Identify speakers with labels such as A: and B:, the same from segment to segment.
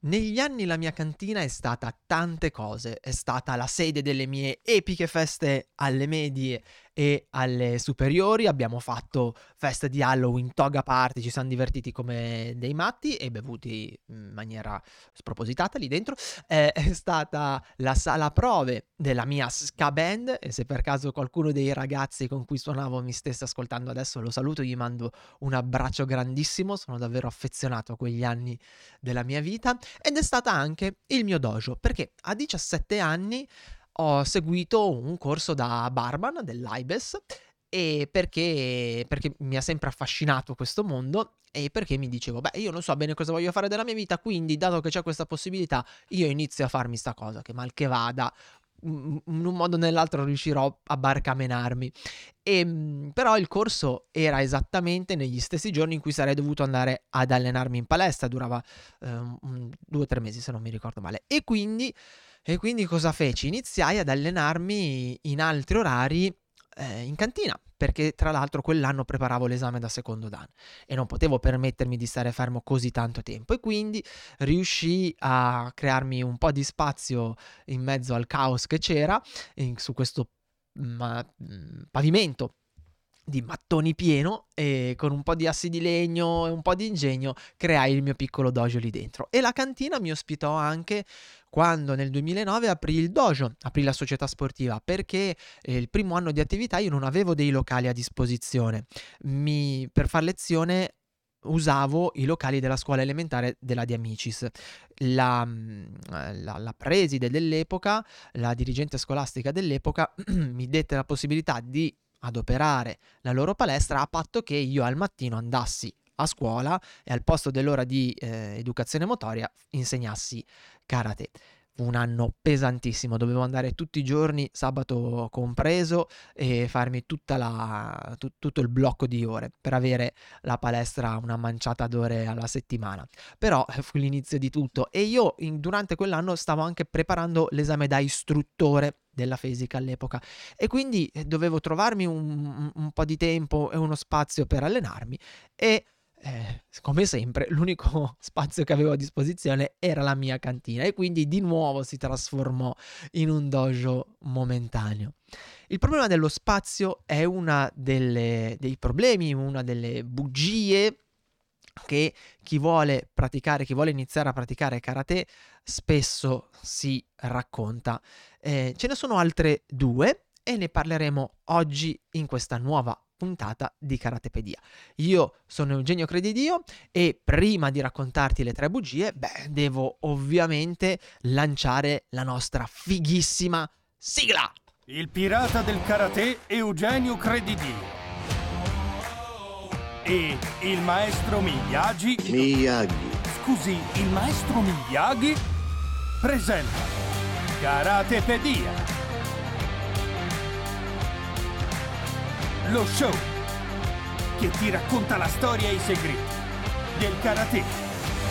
A: Negli anni la mia cantina è stata tante cose, è stata la sede delle mie epiche feste alle medie e alle superiori, abbiamo fatto feste di Halloween, toga party, ci siamo divertiti come dei matti e bevuti in maniera spropositata lì dentro. È stata la sala prove della mia ska band e se per caso qualcuno dei ragazzi con cui suonavo mi stesse ascoltando adesso lo saluto, gli mando un abbraccio grandissimo, sono davvero affezionato a quegli anni della mia vita. Ed è stata anche il mio dojo, perché a 17 anni ho seguito un corso da barman dell'Aibes e perché mi ha sempre affascinato questo mondo e perché mi dicevo, beh, io non so bene cosa voglio fare della mia vita, quindi dato che c'è questa possibilità, io inizio a farmi sta cosa, che mal che vada, in un modo o nell'altro riuscirò a barcamenarmi. Però il corso era esattamente negli stessi giorni in cui sarei dovuto andare ad allenarmi in palestra, durava 2 o 3 mesi se non mi ricordo male. E quindi cosa feci? Iniziai ad allenarmi in altri orari in cantina, perché tra l'altro quell'anno preparavo l'esame da secondo dan e non potevo permettermi di stare fermo così tanto tempo e quindi riuscii a crearmi un po' di spazio in mezzo al caos che c'era su questo pavimento di mattoni pieno e con un po' di assi di legno e un po' di ingegno creai il mio piccolo dojo lì dentro. E la cantina mi ospitò anche quando nel 2009 aprì il dojo, aprì la società sportiva, perché il primo anno di attività io non avevo dei locali a disposizione. Per far lezione usavo i locali della scuola elementare della De Amicis. La preside dell'epoca, la dirigente scolastica dell'epoca mi dette la possibilità di adoperare la loro palestra a patto che io al mattino andassi a scuola e al posto dell'ora di educazione motoria insegnassi karate. Fu un anno pesantissimo, dovevo andare tutti i giorni, sabato compreso, e farmi tutto il blocco di ore per avere la palestra una manciata d'ore alla settimana. Però fu l'inizio di tutto e io durante quell'anno stavo anche preparando l'esame da istruttore della fisica all'epoca e quindi dovevo trovarmi un po' di tempo e uno spazio per allenarmi e come sempre l'unico spazio che avevo a disposizione era la mia cantina e quindi di nuovo si trasformò in un dojo momentaneo. Il problema dello spazio è dei problemi, una delle bugie che chi vuole iniziare a praticare karate spesso si racconta. Ce ne sono altre 2 e ne parleremo oggi in questa nuova puntata di Karatepedia. Io sono Eugenio Credidio e prima di raccontarti le 3 bugie, devo ovviamente lanciare la nostra fighissima sigla!
B: Il pirata del karate Eugenio Credidio e il maestro Miyagi. Scusi, il maestro Miyagi presenta Karatepedia, lo show che ti racconta la storia e i segreti del karate.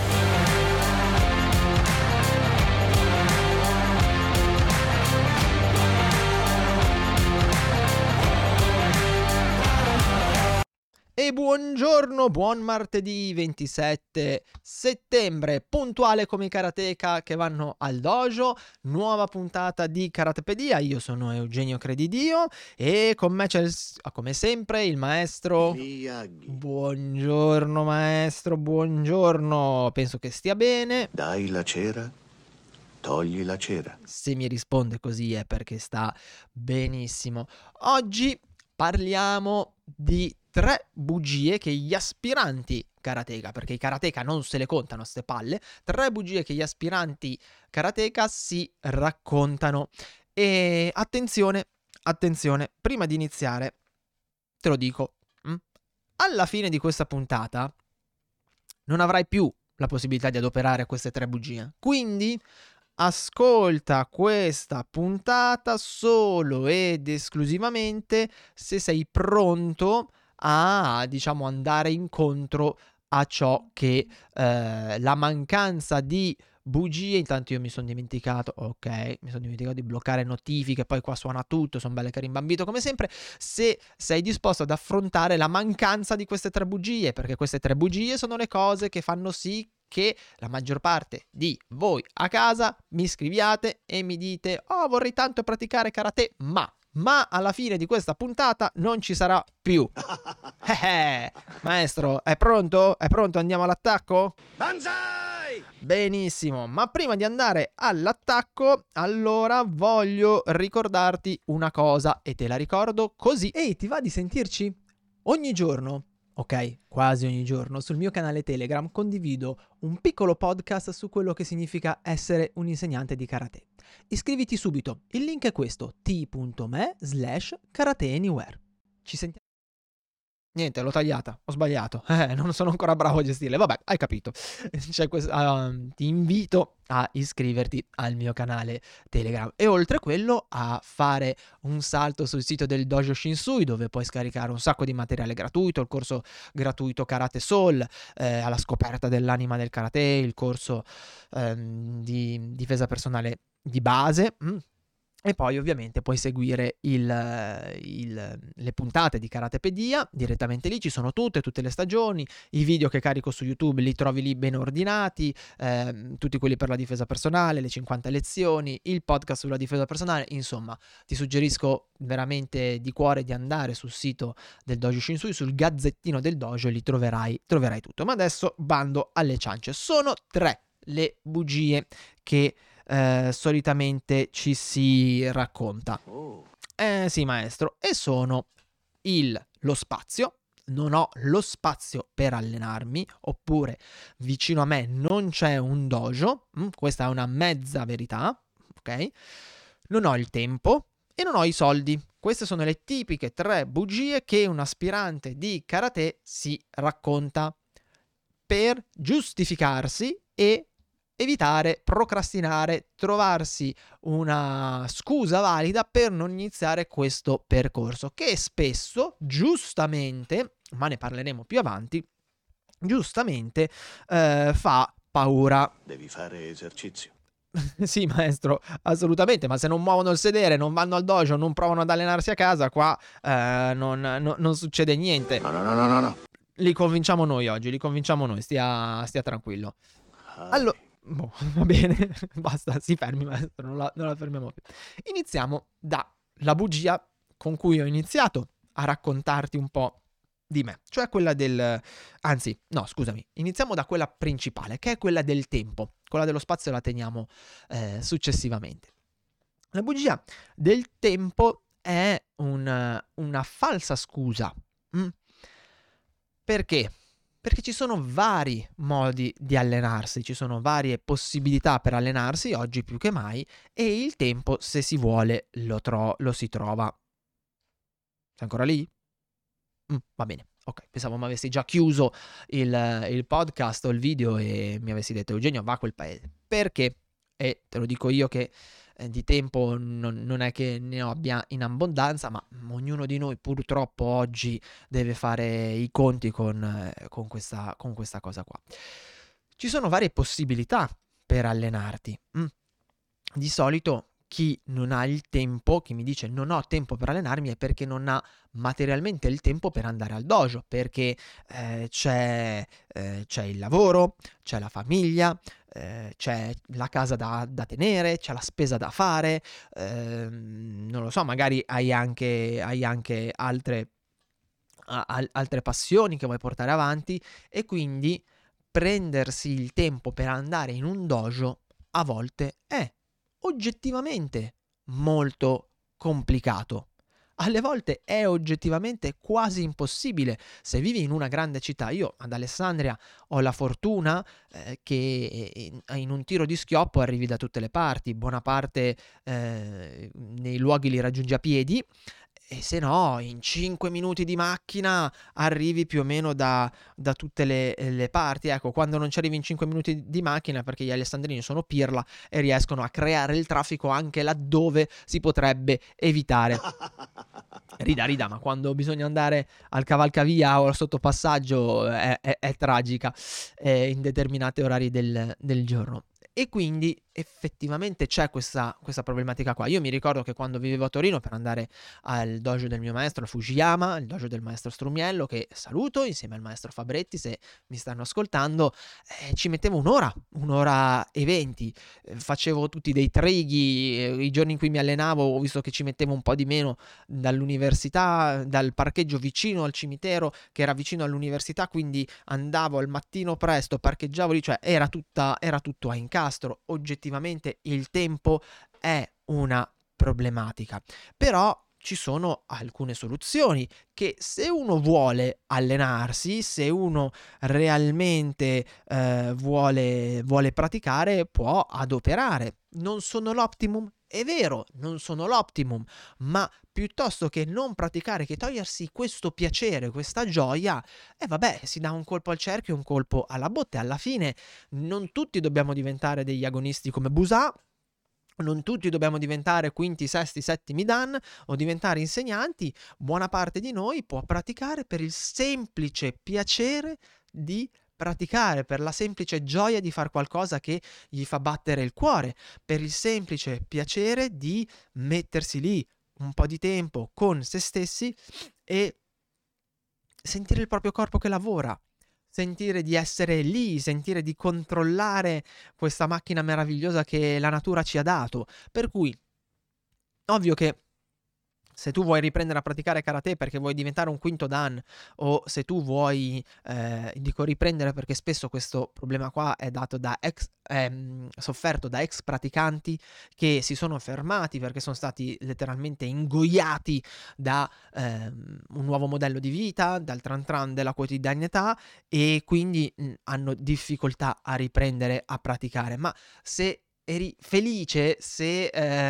A: E buongiorno, buon martedì 27 settembre, puntuale come i karateka che vanno al dojo, nuova puntata di Karatepedia, io sono Eugenio Credidio e con me c'è come sempre il maestro
C: Miyagi.
A: Buongiorno maestro, buongiorno, penso che stia bene.
C: Dai la cera, togli la cera.
A: Se mi risponde così è perché sta benissimo. Oggi parliamo di 3 bugie che gli aspiranti karateka, perché i karateka non se le contano ste palle, 3 bugie che gli aspiranti karateka si raccontano. E attenzione, prima di iniziare te lo dico, alla fine di questa puntata non avrai più la possibilità di adoperare queste 3 bugie, quindi ascolta questa puntata solo ed esclusivamente se sei pronto a, diciamo, andare incontro a ciò che la mancanza di bugie. Intanto io mi sono dimenticato di bloccare notifiche, poi qua suona tutto, sono belle che rimbambito come sempre. Se sei disposto ad affrontare la mancanza di queste 3 bugie, perché queste 3 bugie sono le cose che fanno sì che la maggior parte di voi a casa mi scriviate e mi dite: oh, vorrei tanto praticare karate, ma alla fine di questa puntata non ci sarà più. Maestro, è pronto? È pronto? Andiamo all'attacco?
B: Banzai!
A: Benissimo, ma prima di andare all'attacco, allora voglio ricordarti una cosa, e te la ricordo così. Ehi, ti va di sentirci? Ogni giorno, ok, quasi ogni giorno, sul mio canale Telegram condivido un piccolo podcast su quello che significa essere un insegnante di karate. Iscriviti subito, il link è questo, t.me/karateanywhere. Ci sentiamo. Niente, l'ho tagliata, ho sbagliato, non sono ancora bravo a gestirle, vabbè, hai capito. Ti invito a iscriverti al mio canale Telegram e oltre quello a fare un salto sul sito del Dojo Shinsui, dove puoi scaricare un sacco di materiale gratuito, il corso gratuito Karate Soul, alla scoperta dell'anima del karate, il corso di difesa personale di base. E poi ovviamente puoi seguire le puntate di Karatepedia direttamente lì, ci sono tutte le stagioni, i video che carico su YouTube li trovi lì ben ordinati, tutti quelli per la difesa personale, le 50 lezioni, il podcast sulla difesa personale, insomma ti suggerisco veramente di cuore di andare sul sito del Dojo Shinsui, sul gazzettino del dojo, e lì troverai tutto. Ma adesso bando alle ciance, sono 3 le bugie che solitamente ci si racconta. Sì, maestro, e sono lo spazio. Non ho lo spazio per allenarmi, oppure vicino a me non c'è un dojo. Questa è una mezza verità, ok? Non ho il tempo e non ho i soldi. Queste sono le tipiche 3 bugie che un aspirante di karate si racconta per giustificarsi e evitare, procrastinare, trovarsi una scusa valida per non iniziare questo percorso, che spesso, giustamente, ma ne parleremo più avanti, giustamente fa paura.
C: Devi fare esercizio.
A: Sì, maestro, assolutamente, ma se non muovono il sedere, non vanno al dojo, non provano ad allenarsi a casa, qua non succede niente.
C: No.
A: Li convinciamo noi oggi, stia tranquillo. Allora, va bene, basta, si fermi, maestro, non la fermiamo più. Iniziamo dalla bugia con cui ho iniziato a raccontarti un po' di me, cioè quella iniziamo da quella principale, che è quella del tempo. Quella dello spazio la teniamo successivamente. La bugia del tempo è una falsa scusa. Perché? Perché ci sono vari modi di allenarsi, ci sono varie possibilità per allenarsi, oggi più che mai, e il tempo, se si vuole, lo si trova. Sei ancora lì? Va bene, ok, pensavo mi avessi già chiuso il podcast o il video e mi avessi detto: Eugenio, va a quel paese. Perché? E te lo dico io che di tempo non è che ne abbia in abbondanza, ma ognuno di noi purtroppo oggi deve fare i conti con questa cosa qua. Ci sono varie possibilità per allenarti. Di solito chi non ha il tempo, chi mi dice non ho tempo per allenarmi, è perché non ha materialmente il tempo per andare al dojo, perché c'è il lavoro, c'è la famiglia, c'è la casa da tenere, c'è la spesa da fare, non lo so, magari hai anche altre passioni che vuoi portare avanti, e quindi prendersi il tempo per andare in un dojo a volte è oggettivamente molto complicato. Alle volte è oggettivamente quasi impossibile se vivi in una grande città. Io ad Alessandria ho la fortuna che in un tiro di schioppo arrivi da tutte le parti, buona parte nei luoghi li raggiungi a piedi, e se no in 5 minuti di macchina arrivi più o meno da tutte le parti. Ecco, quando non ci arrivi in 5 minuti di macchina perché gli alessandrini sono pirla e riescono a creare il traffico anche laddove si potrebbe evitare. Rida, ma quando bisogna andare al cavalcavia o al sottopassaggio è tragica in determinati orari del giorno. E quindi effettivamente c'è questa problematica qua. Io mi ricordo che quando vivevo a Torino, per andare al dojo del mio maestro, al Fujiyama, il dojo del maestro Strumiello, che saluto insieme al maestro Fabretti se mi stanno ascoltando, ci mettevo un'ora e 20. Facevo tutti dei trighi, i giorni in cui mi allenavo ho visto che ci mettevo un po' di meno dall'università, dal parcheggio vicino al cimitero che era vicino all'università, quindi andavo al mattino presto, parcheggiavo lì, cioè era tutto a incastro. Oggettivamente il tempo è una problematica, però ci sono alcune soluzioni che, se uno vuole allenarsi, se uno realmente vuole praticare, può adoperare. Non sono l'optimum? È vero, non sono l'optimum, ma piuttosto che non praticare, che togliersi questo piacere, questa gioia, vabbè, si dà un colpo al cerchio, un colpo alla botte. Alla fine non tutti dobbiamo diventare degli agonisti come Busà, non tutti dobbiamo diventare quinti, sesti, settimi dan o diventare insegnanti. Buona parte di noi può praticare per il semplice piacere di praticare, per la semplice gioia di fare qualcosa che gli fa battere il cuore, per il semplice piacere di mettersi lì un po' di tempo con se stessi e sentire il proprio corpo che lavora, sentire di essere lì, sentire di controllare questa macchina meravigliosa che la natura ci ha dato. Per cui, ovvio che se tu vuoi riprendere a praticare karate perché vuoi diventare un quinto dan, o se tu vuoi, dico riprendere perché spesso questo problema qua è dato da sofferto da ex praticanti che si sono fermati perché sono stati letteralmente ingoiati da un nuovo modello di vita, dal tran tran della quotidianità, e quindi hanno difficoltà a riprendere a praticare. Ma se eri felice, se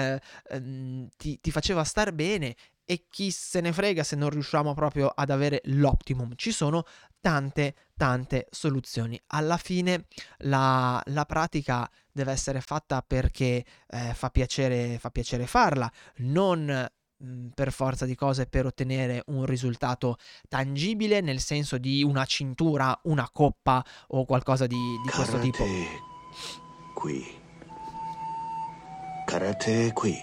A: ti faceva star bene, e chi se ne frega se non riusciamo proprio ad avere l'optimum, ci sono tante soluzioni. Alla fine la pratica deve essere fatta perché fa piacere farla, non per forza di cose per ottenere un risultato tangibile, nel senso di una cintura, una coppa o qualcosa di questo tipo.
C: Qui. Karate qui.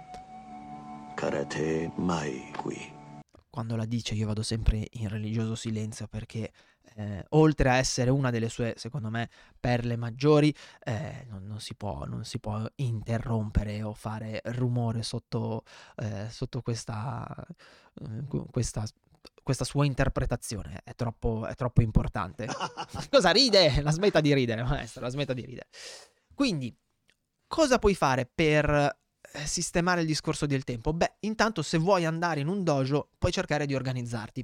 C: Karate mai qui.
A: Quando la dice io vado sempre in religioso silenzio perché oltre a essere una delle sue, secondo me, perle maggiori, non si può interrompere o fare rumore sotto questa sua interpretazione. È troppo importante. Cosa ride? La smetta di ridere, maestro, la smetta di ridere. Quindi, cosa puoi fare per sistemare il discorso del tempo? Beh, intanto, se vuoi andare in un dojo, puoi cercare di organizzarti.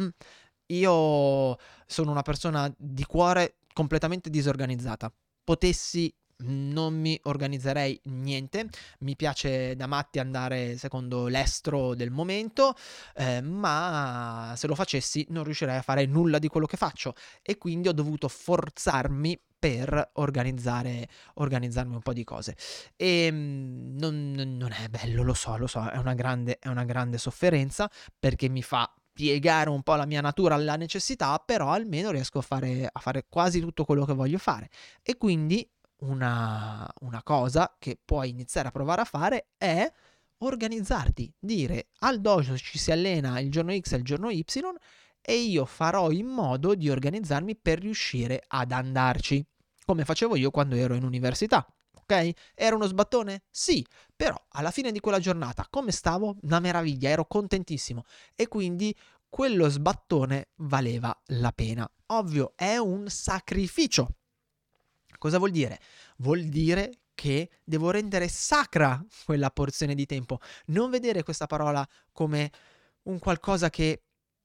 A: Io sono una persona di cuore completamente disorganizzata. Potessi, non mi organizzerei niente. Mi piace da matti andare secondo l'estro del momento, ma se lo facessi non riuscirei a fare nulla di quello che faccio, e quindi ho dovuto forzarmi per organizzarmi un po' di cose. E non è bello, lo so, è una grande sofferenza, perché mi fa piegare un po' la mia natura alla necessità, però almeno riesco a fare quasi tutto quello che voglio fare. E quindi una cosa che puoi iniziare a provare a fare è organizzarti, dire: al dojo ci si allena il giorno X e il giorno Y, e io farò in modo di organizzarmi per riuscire ad andarci, come facevo io quando ero in università. Ok? Era uno sbattone? Sì, però alla fine di quella giornata come stavo? Una meraviglia, ero contentissimo, e quindi quello sbattone valeva la pena. Ovvio, è un sacrificio. Cosa vuol dire? Vuol dire che devo rendere sacra quella porzione di tempo, non vedere questa parola come un qualcosa che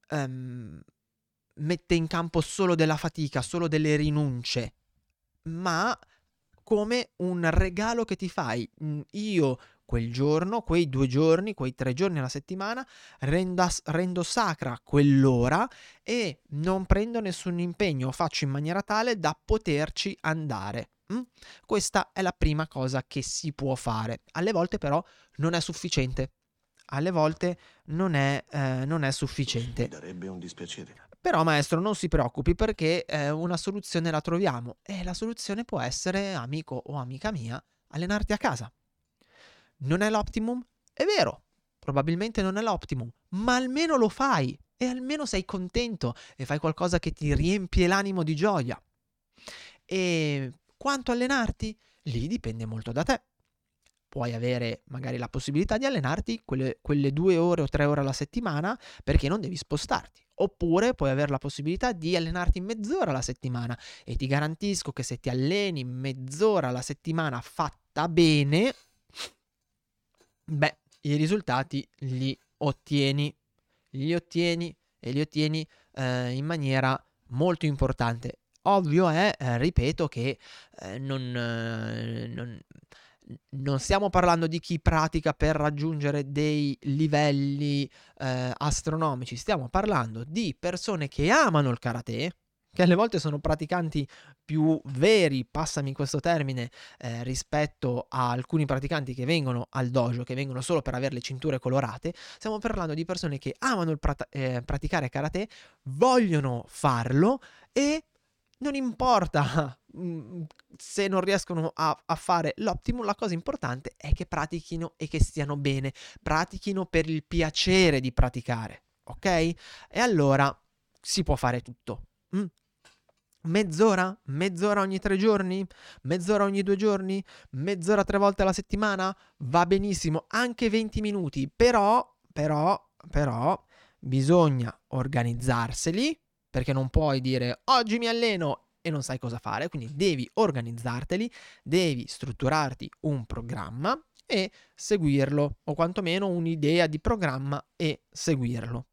A: mette in campo solo della fatica, solo delle rinunce, ma come un regalo che ti fai. Io quel giorno, quei 2 giorni, quei 3 giorni alla settimana rendo sacra quell'ora e non prendo nessun impegno, faccio in maniera tale da poterci andare. Questa è la prima cosa che si può fare. Alle volte però non è sufficiente. Alle volte non è sufficiente.
C: Mi darebbe un dispiacere.
A: Però maestro non si preoccupi perché una soluzione la troviamo e la soluzione può essere, amico o amica mia, allenarti a casa. Non è l'optimum? È vero, probabilmente non è l'optimum, ma almeno lo fai e almeno sei contento e fai qualcosa che ti riempie l'animo di gioia. E quanto allenarti? Lì dipende molto da te. Puoi avere magari la possibilità di allenarti quelle 2 ore o 3 ore alla settimana perché non devi spostarti. Oppure puoi avere la possibilità di allenarti mezz'ora alla settimana e ti garantisco che se ti alleni mezz'ora alla settimana fatta bene, beh, i risultati li ottieni e li ottieni in maniera molto importante. Ovvio è, ripeto, che non stiamo parlando di chi pratica per raggiungere dei livelli astronomici, stiamo parlando di persone che amano il karate, che alle volte sono praticanti più veri, passami questo termine, rispetto a alcuni praticanti che vengono al dojo, che vengono solo per avere le cinture colorate. Stiamo parlando di persone che amano il praticare karate, vogliono farlo e non importa se non riescono a fare l'optimum, la cosa importante è che pratichino e che stiano bene, pratichino per il piacere di praticare, ok? E allora si può fare tutto. Mezz'ora? Mezz'ora ogni 3 giorni? Mezz'ora ogni 2 giorni? Mezz'ora 3 volte alla settimana? Va benissimo, anche 20 minuti, però bisogna organizzarseli, perché non puoi dire oggi mi alleno e non sai cosa fare, quindi devi organizzarteli, devi strutturarti un programma e seguirlo, o quantomeno un'idea di programma e seguirlo.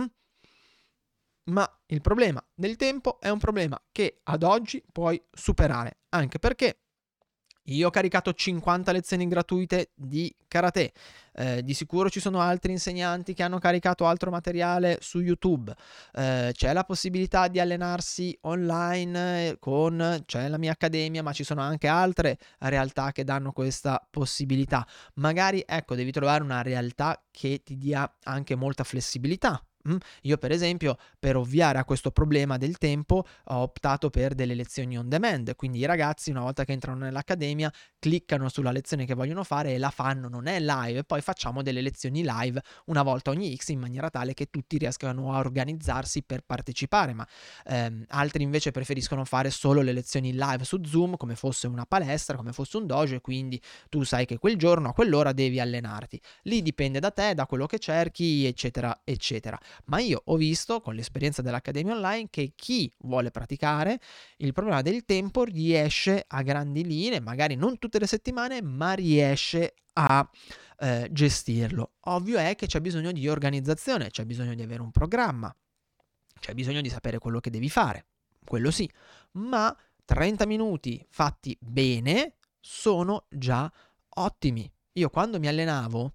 A: Ma il problema del tempo è un problema che ad oggi puoi superare, anche perché io ho caricato 50 lezioni gratuite di karate, di sicuro ci sono altri insegnanti che hanno caricato altro materiale su YouTube, c'è la possibilità di allenarsi online c'è la mia accademia, ma ci sono anche altre realtà che danno questa possibilità. Magari, ecco, devi trovare una realtà che ti dia anche molta flessibilità. Io per esempio, per ovviare a questo problema del tempo, ho optato per delle lezioni on demand, quindi i ragazzi una volta che entrano nell'accademia cliccano sulla lezione che vogliono fare e la fanno, non è live, e poi facciamo delle lezioni live una volta ogni X in maniera tale che tutti riescano a organizzarsi per partecipare, ma altri invece preferiscono fare solo le lezioni live su Zoom come fosse una palestra, come fosse un dojo, e quindi tu sai che quel giorno a quell'ora devi allenarti. Lì dipende da te, da quello che cerchi, eccetera eccetera. Ma io ho visto con l'esperienza dell'Accademia Online che chi vuole praticare il problema del tempo riesce a grandi linee, magari non tutte le settimane, ma riesce a gestirlo. Ovvio è che c'è bisogno di organizzazione, c'è bisogno di avere un programma, c'è bisogno di sapere quello che devi fare, quello sì, ma 30 minuti fatti bene sono già ottimi. Io quando mi allenavo,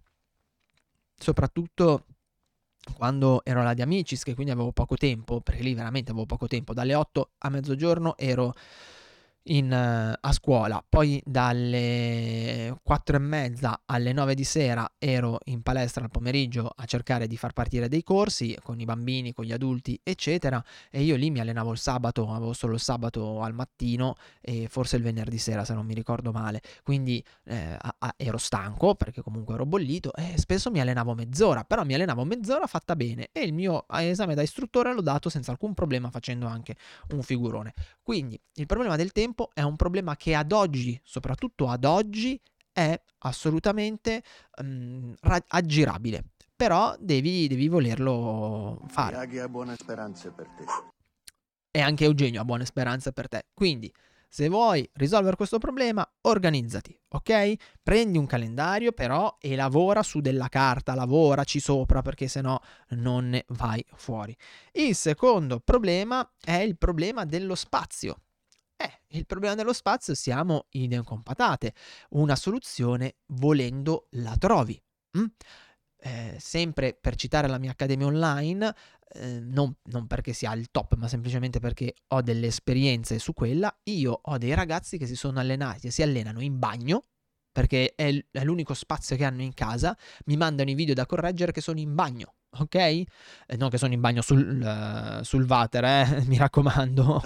A: soprattutto quando ero alla De Amicis, che quindi avevo poco tempo, perché lì veramente avevo poco tempo, dalle 8 a mezzogiorno ero a scuola, poi dalle 4:30 alle 9 di sera ero in palestra al pomeriggio a cercare di far partire dei corsi con i bambini, con gli adulti eccetera, e io lì mi allenavo il sabato, avevo solo il sabato al mattino e forse il venerdì sera se non mi ricordo male, quindi ero stanco perché comunque ero bollito e spesso mi allenavo mezz'ora, però mi allenavo mezz'ora fatta bene e il mio esame da istruttore l'ho dato senza alcun problema, facendo anche un figurone. Quindi il problema del tempo è un problema che ad oggi, soprattutto ad oggi, è assolutamente aggirabile. Però devi volerlo fare.
C: Miyagi ha buone speranze per te.
A: E anche Eugenio ha buone speranze per te. Quindi, se vuoi risolvere questo problema, organizzati, ok? Prendi un calendario però e lavora su della carta, lavoraci sopra perché sennò non ne vai fuori. Il secondo problema è il problema dello spazio. Il problema dello spazio siamo idem con patate. Una soluzione, volendo, la trovi. Sempre per citare la mia accademia online, non perché sia il top, ma semplicemente perché ho delle esperienze su quella, io ho dei ragazzi che si sono allenati e si allenano in bagno, perché è l'unico spazio che hanno in casa, mi mandano i video da correggere che sono in bagno. ok? Non che sono in bagno sul water, mi raccomando.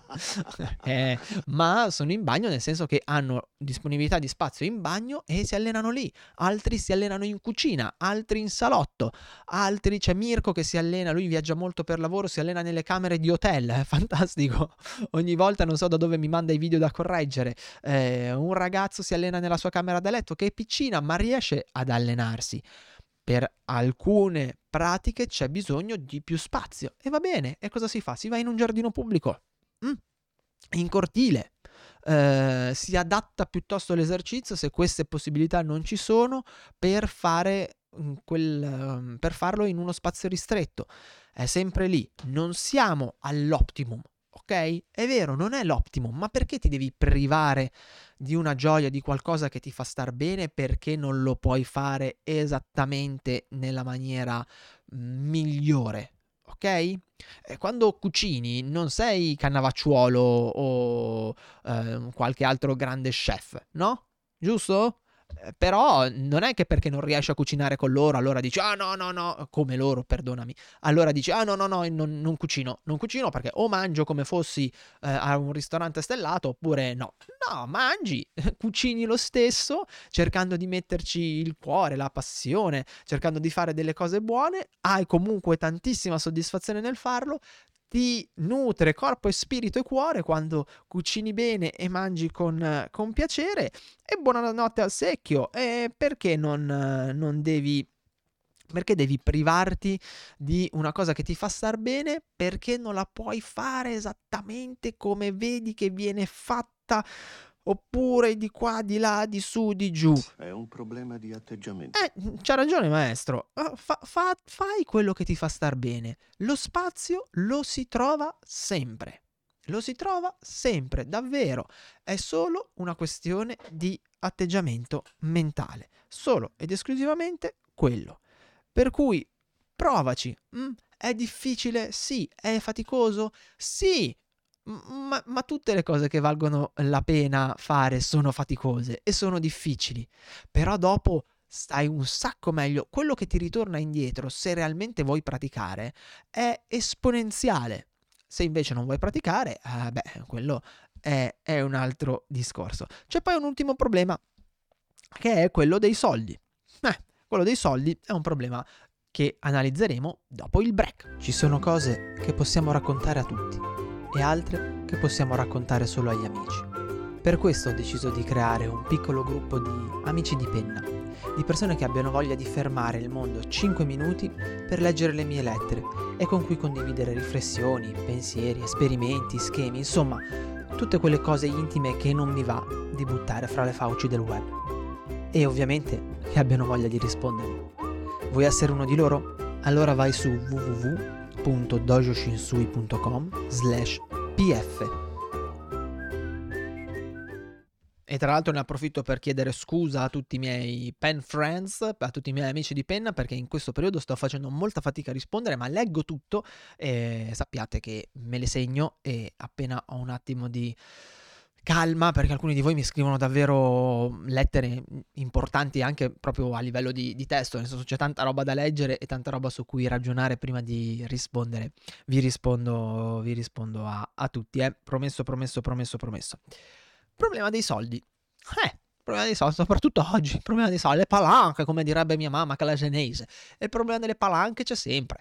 A: Ma sono in bagno nel senso che hanno disponibilità di spazio in bagno e si allenano lì. Altri si allenano in cucina, altri in salotto, altri c'è Mirko che si allena, lui viaggia molto per lavoro, si allena nelle camere di hotel, è fantastico. Ogni volta non so da dove mi manda i video da correggere. Un ragazzo si allena nella sua camera da letto che è piccina ma riesce ad allenarsi. Per alcune pratiche c'è bisogno di più spazio e va bene. E cosa si fa? Si va in un giardino pubblico, in cortile, si adatta piuttosto l'esercizio, se queste possibilità non ci sono, per fare per farlo in uno spazio ristretto. È sempre lì, non siamo all'optimum, ok? È vero, non è l'optimum, ma perché ti devi privare di una gioia, di qualcosa che ti fa star bene, perché non lo puoi fare esattamente nella maniera migliore, ok? Quando cucini non sei Cannavacciuolo o qualche altro grande chef, no? Giusto? Però non è che perché non riesci a cucinare con loro allora dici no, come loro, perdonami, allora dici no, non cucino perché o mangio come fossi a un ristorante stellato oppure no, mangi, cucini lo stesso, cercando di metterci il cuore, la passione, cercando di fare delle cose buone, hai comunque tantissima soddisfazione nel farlo, ti nutre corpo e spirito e cuore quando cucini bene e mangi con piacere. E buonanotte al secchio. E perché non devi... Perché devi privarti di una cosa che ti fa star bene? Perché non la puoi fare esattamente come vedi che viene fatta, oppure di qua, di là, di su, di giù.
C: È un problema di atteggiamento.
A: C'ha ragione maestro, fai quello che ti fa star bene. Lo spazio lo si trova sempre. Lo si trova sempre, davvero. È solo una questione di atteggiamento mentale. Solo ed esclusivamente quello. Per cui provaci. È difficile? Sì. È faticoso? Sì. Ma tutte le cose che valgono la pena fare sono faticose e sono difficili. Però dopo stai un sacco meglio. Quello che ti ritorna indietro, se realmente vuoi praticare, è esponenziale. Se invece non vuoi praticare, quello è un altro discorso. C'è poi un ultimo problema, che è quello dei soldi. Quello dei soldi è un problema che analizzeremo dopo il break. Ci sono cose che possiamo raccontare a tutti e altre che possiamo raccontare solo agli amici. Per questo ho deciso di creare un piccolo gruppo di amici di penna, di persone che abbiano voglia di fermare il mondo 5 minuti per leggere le mie lettere e con cui condividere riflessioni, pensieri, esperimenti, schemi, insomma, tutte quelle cose intime che non mi va di buttare fra le fauci del web. E ovviamente che abbiano voglia di rispondermi. Vuoi essere uno di loro? Allora vai su www.dojoshinsui.com/pf. E tra l'altro ne approfitto per chiedere scusa a tutti i miei pen friends, a tutti i miei amici di penna, perché in questo periodo sto facendo molta fatica a rispondere, ma leggo tutto e sappiate che me le segno e appena ho un attimo di calma, perché alcuni di voi mi scrivono davvero lettere importanti anche proprio a livello di testo, nel senso c'è tanta roba da leggere e tanta roba su cui ragionare prima di rispondere. Vi rispondo a tutti, promesso. Problema dei soldi. Problema dei soldi, soprattutto oggi. Il problema dei soldi, le palanche, come direbbe mia mamma calagenese. E il problema delle palanche c'è sempre.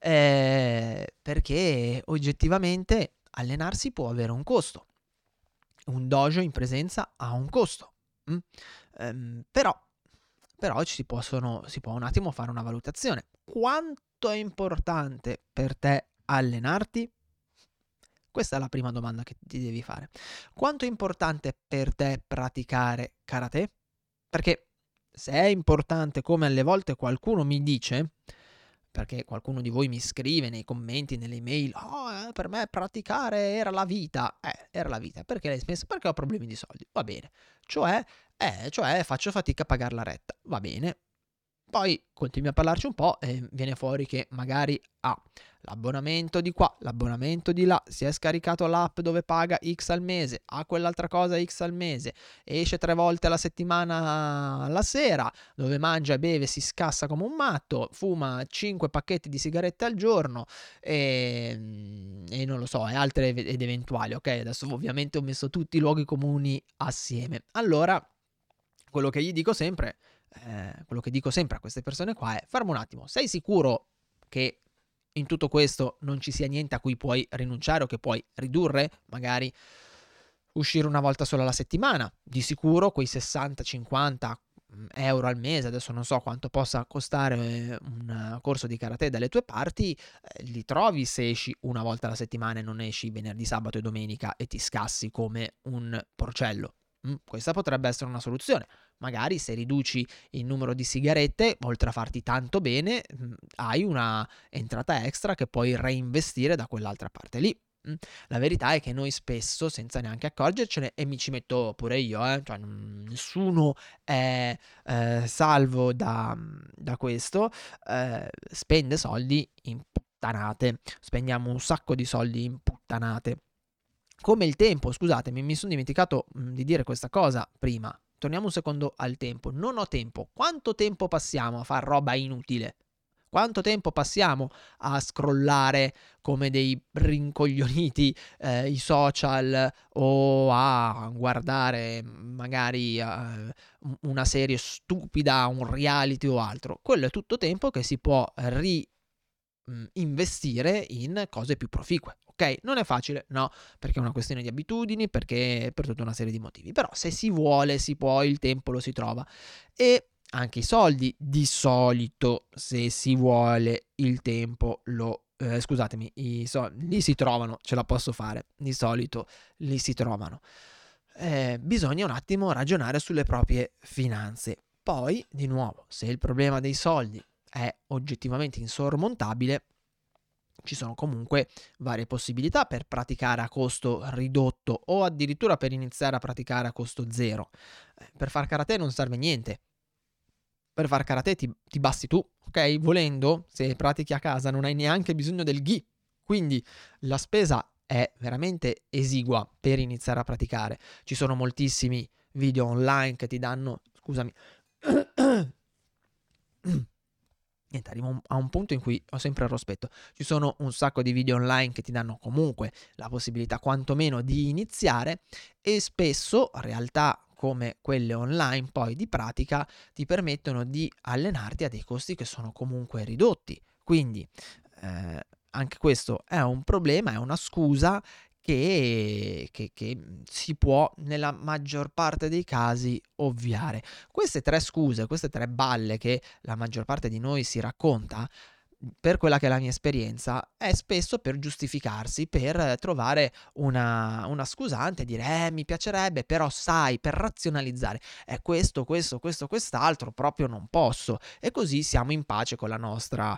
A: Perché oggettivamente allenarsi può avere un costo. Un dojo in presenza ha un costo. Però si può un attimo fare una valutazione. Quanto è importante per te allenarti? Questa è la prima domanda che ti devi fare. Quanto è importante per te praticare karate? Perché se è importante, come alle volte qualcuno mi dice, perché qualcuno di voi mi scrive nei commenti, nelle email, per me praticare era la vita. Era la vita. Perché l'hai smesso? Perché ho problemi di soldi. Va bene. Cioè faccio fatica a pagare la retta. Va bene. Poi continui a parlarci un po' e viene fuori che magari ha l'abbonamento di qua, l'abbonamento di là, si è scaricato l'app dove paga X al mese, ha quell'altra cosa X al mese, esce 3 volte alla settimana la sera, dove mangia e beve, si scassa come un matto, fuma 5 pacchetti di sigarette al giorno e non lo so, e altre ed eventuali, ok? Adesso ovviamente ho messo tutti i luoghi comuni assieme. Allora, quello che dico sempre a queste persone qua è: fermo un attimo, sei sicuro che in tutto questo non ci sia niente a cui puoi rinunciare o che puoi ridurre? Magari uscire una volta sola alla settimana, di sicuro quei 60-50 euro al mese, adesso non so quanto possa costare un corso di karate dalle tue parti, li trovi se esci una volta alla settimana e non esci venerdì, sabato e domenica e ti scassi come un porcello. Questa potrebbe essere una soluzione. Magari se riduci il numero di sigarette, oltre a farti tanto bene, hai una entrata extra che puoi reinvestire da quell'altra parte lì. La verità è che noi spesso, senza neanche accorgercene, e mi ci metto pure io, cioè nessuno è salvo da questo, spende soldi in puttanate. Spendiamo un sacco di soldi in puttanate. Come il tempo, scusatemi, mi sono dimenticato di dire questa cosa prima. Torniamo un secondo al tempo. Non ho tempo. Quanto tempo passiamo a far roba inutile? Quanto tempo passiamo a scrollare come dei rincoglioniti i social o a guardare magari una serie stupida, un reality o altro? Quello è tutto tempo che si può investire in cose più proficue. Ok, non è facile, no, perché è una questione di abitudini, perché per tutta una serie di motivi, però se si vuole si può, il tempo lo si trova e anche i soldi, di solito se si vuole il tempo scusatemi, li si trovano, ce la posso fare, di solito li si trovano. Bisogna un attimo ragionare sulle proprie finanze. Poi, di nuovo, se il problema dei soldi è oggettivamente insormontabile, ci sono comunque varie possibilità per praticare a costo ridotto o addirittura per iniziare a praticare a costo zero. Per far karate non serve niente. Per far karate ti basti tu, ok? Volendo, se pratichi a casa non hai neanche bisogno del gi. Quindi la spesa è veramente esigua per iniziare a praticare. Ci sono moltissimi video online che ti danno... Scusami. Niente, arrivo a un punto in cui ho sempre il rospetto. Ci sono un sacco di video online che ti danno comunque la possibilità quantomeno di iniziare e spesso realtà come quelle online poi di pratica ti permettono di allenarti a dei costi che sono comunque ridotti. Quindi anche questo è un problema, è una scusa che si può nella maggior parte dei casi ovviare. Queste 3 scuse, queste 3 balle che la maggior parte di noi si racconta, per quella che è la mia esperienza, è spesso per giustificarsi, per trovare una scusante e dire mi piacerebbe, però sai, per razionalizzare, questo, quest'altro, proprio non posso. E così siamo in pace con la nostra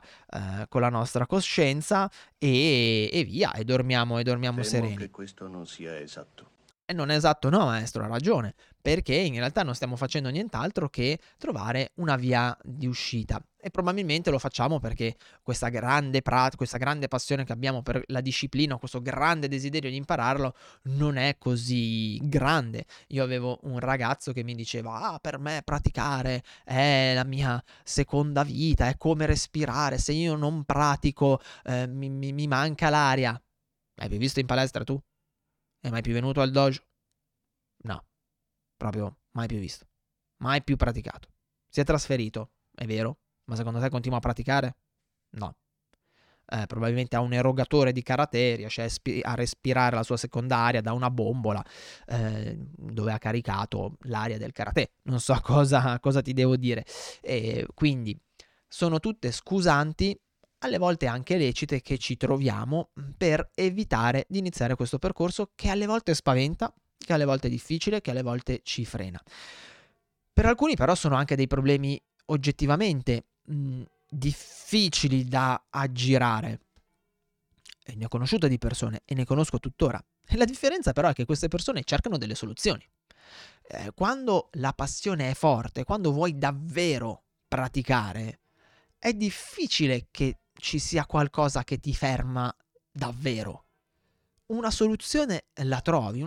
A: coscienza e via, e dormiamo
C: Temo
A: sereni.
C: che questo non sia esatto.
A: E non è esatto, no, maestro, ha ragione, perché in realtà non stiamo facendo nient'altro che trovare una via di uscita e probabilmente lo facciamo perché questa grande passione che abbiamo per la disciplina, questo grande desiderio di impararlo non è così grande. Io avevo un ragazzo che mi diceva per me praticare è la mia seconda vita, è come respirare, se io non pratico mi manca l'aria. Hai più visto in palestra tu? È mai più venuto al dojo? No, proprio mai più visto. Mai più praticato. Si è trasferito, è vero, ma secondo te continua a praticare? No. Probabilmente ha un erogatore di karate, riesce a respirare la sua secondaria da una bombola dove ha caricato l'aria del karate. Non so cosa ti devo dire. Quindi sono tutte scusanti, alle volte anche lecite, che ci troviamo per evitare di iniziare questo percorso che alle volte spaventa, che alle volte è difficile, che alle volte ci frena. Per alcuni però sono anche dei problemi oggettivamente difficili da aggirare. E ne ho conosciute di persone e ne conosco tuttora. E la differenza però è che queste persone cercano delle soluzioni. Quando la passione è forte, quando vuoi davvero praticare, è difficile che ci sia qualcosa che ti ferma davvero. Una soluzione la trovi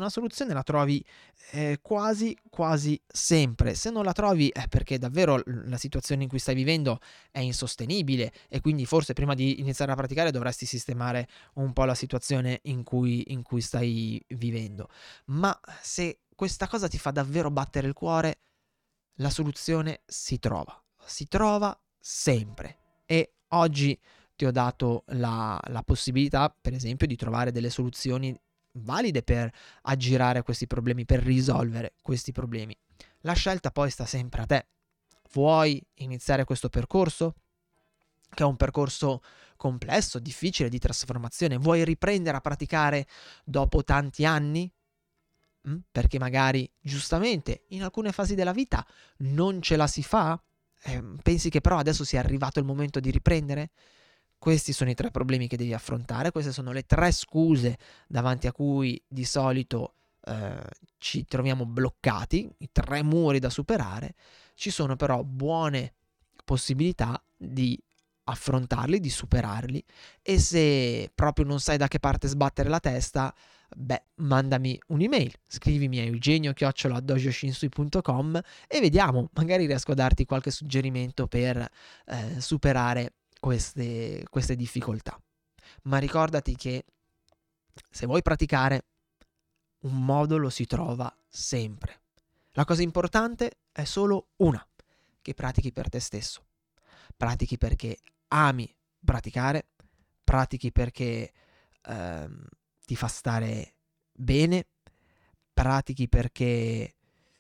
A: quasi sempre. Se non la trovi è perché davvero la situazione in cui stai vivendo è insostenibile e quindi forse prima di iniziare a praticare dovresti sistemare un po' la situazione in cui stai vivendo. Ma se questa cosa ti fa davvero battere il cuore, la soluzione si trova sempre. E oggi ti ho dato la possibilità, per esempio, di trovare delle soluzioni valide per aggirare questi problemi, per risolvere questi problemi. La scelta poi sta sempre a te. Vuoi iniziare questo percorso? Che è un percorso complesso, difficile, di trasformazione. Vuoi riprendere a praticare dopo tanti anni? Perché magari, giustamente, in alcune fasi della vita non ce la si fa? Pensi che però adesso sia arrivato il momento di riprendere? Questi sono i 3 problemi che devi affrontare, queste sono le 3 scuse davanti a cui di solito ci troviamo bloccati, i 3 muri da superare. Ci sono però buone possibilità di affrontarli, di superarli, e se proprio non sai da che parte sbattere la testa, mandami un'email, scrivimi a eugenio@dojoshinsui.com e vediamo, magari riesco a darti qualche suggerimento per superare queste difficoltà. Ma ricordati che se vuoi praticare, un modo lo si trova sempre. La cosa importante è solo una: che pratichi per te stesso. Pratichi perché ami praticare, pratichi perché ti fa stare bene, pratichi perché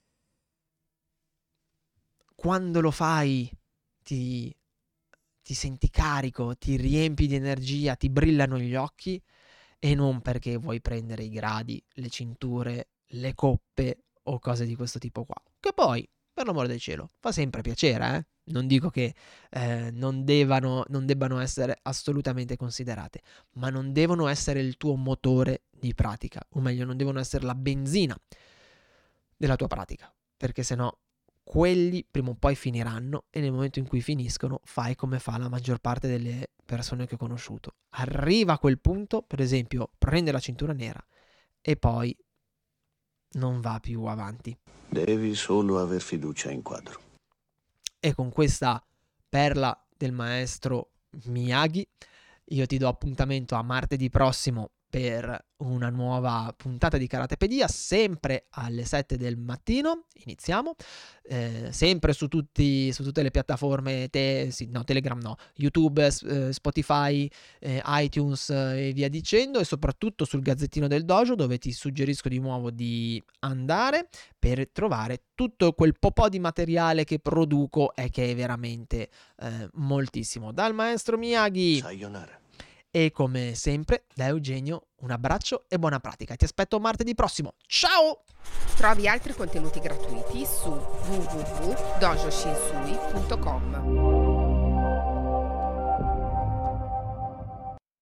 A: quando lo fai ti senti carico, ti riempi di energia, ti brillano gli occhi, e non perché vuoi prendere i gradi, le cinture, le coppe o cose di questo tipo qua. Che poi, per l'amore del cielo, fa sempre piacere, eh? Non dico che non debbano essere assolutamente considerate, ma non devono essere il tuo motore di pratica, o meglio, non devono essere la benzina della tua pratica, perché sennò quelli prima o poi finiranno, e nel momento in cui finiscono fai come fa la maggior parte delle persone che ho conosciuto. Arriva a quel punto, per esempio, prende la cintura nera e poi non va più avanti.
C: Devi solo aver fiducia in quadro.
A: E con questa perla del maestro Miyagi io ti do appuntamento a martedì prossimo per una nuova puntata di Karatepedia, sempre alle 7 del mattino. Iniziamo sempre su tutte le piattaforme, Telegram no, YouTube, Spotify, iTunes e via dicendo, e soprattutto sul Gazzettino del Dojo, dove ti suggerisco di nuovo di andare per trovare tutto quel po' di materiale che produco e che è veramente moltissimo. Dal maestro Miyagi.
C: Sayonara.
A: E come sempre, da Eugenio, un abbraccio e buona pratica. Ti aspetto martedì prossimo. Ciao!
D: Trovi altri contenuti gratuiti su www.dojoshinsui.com.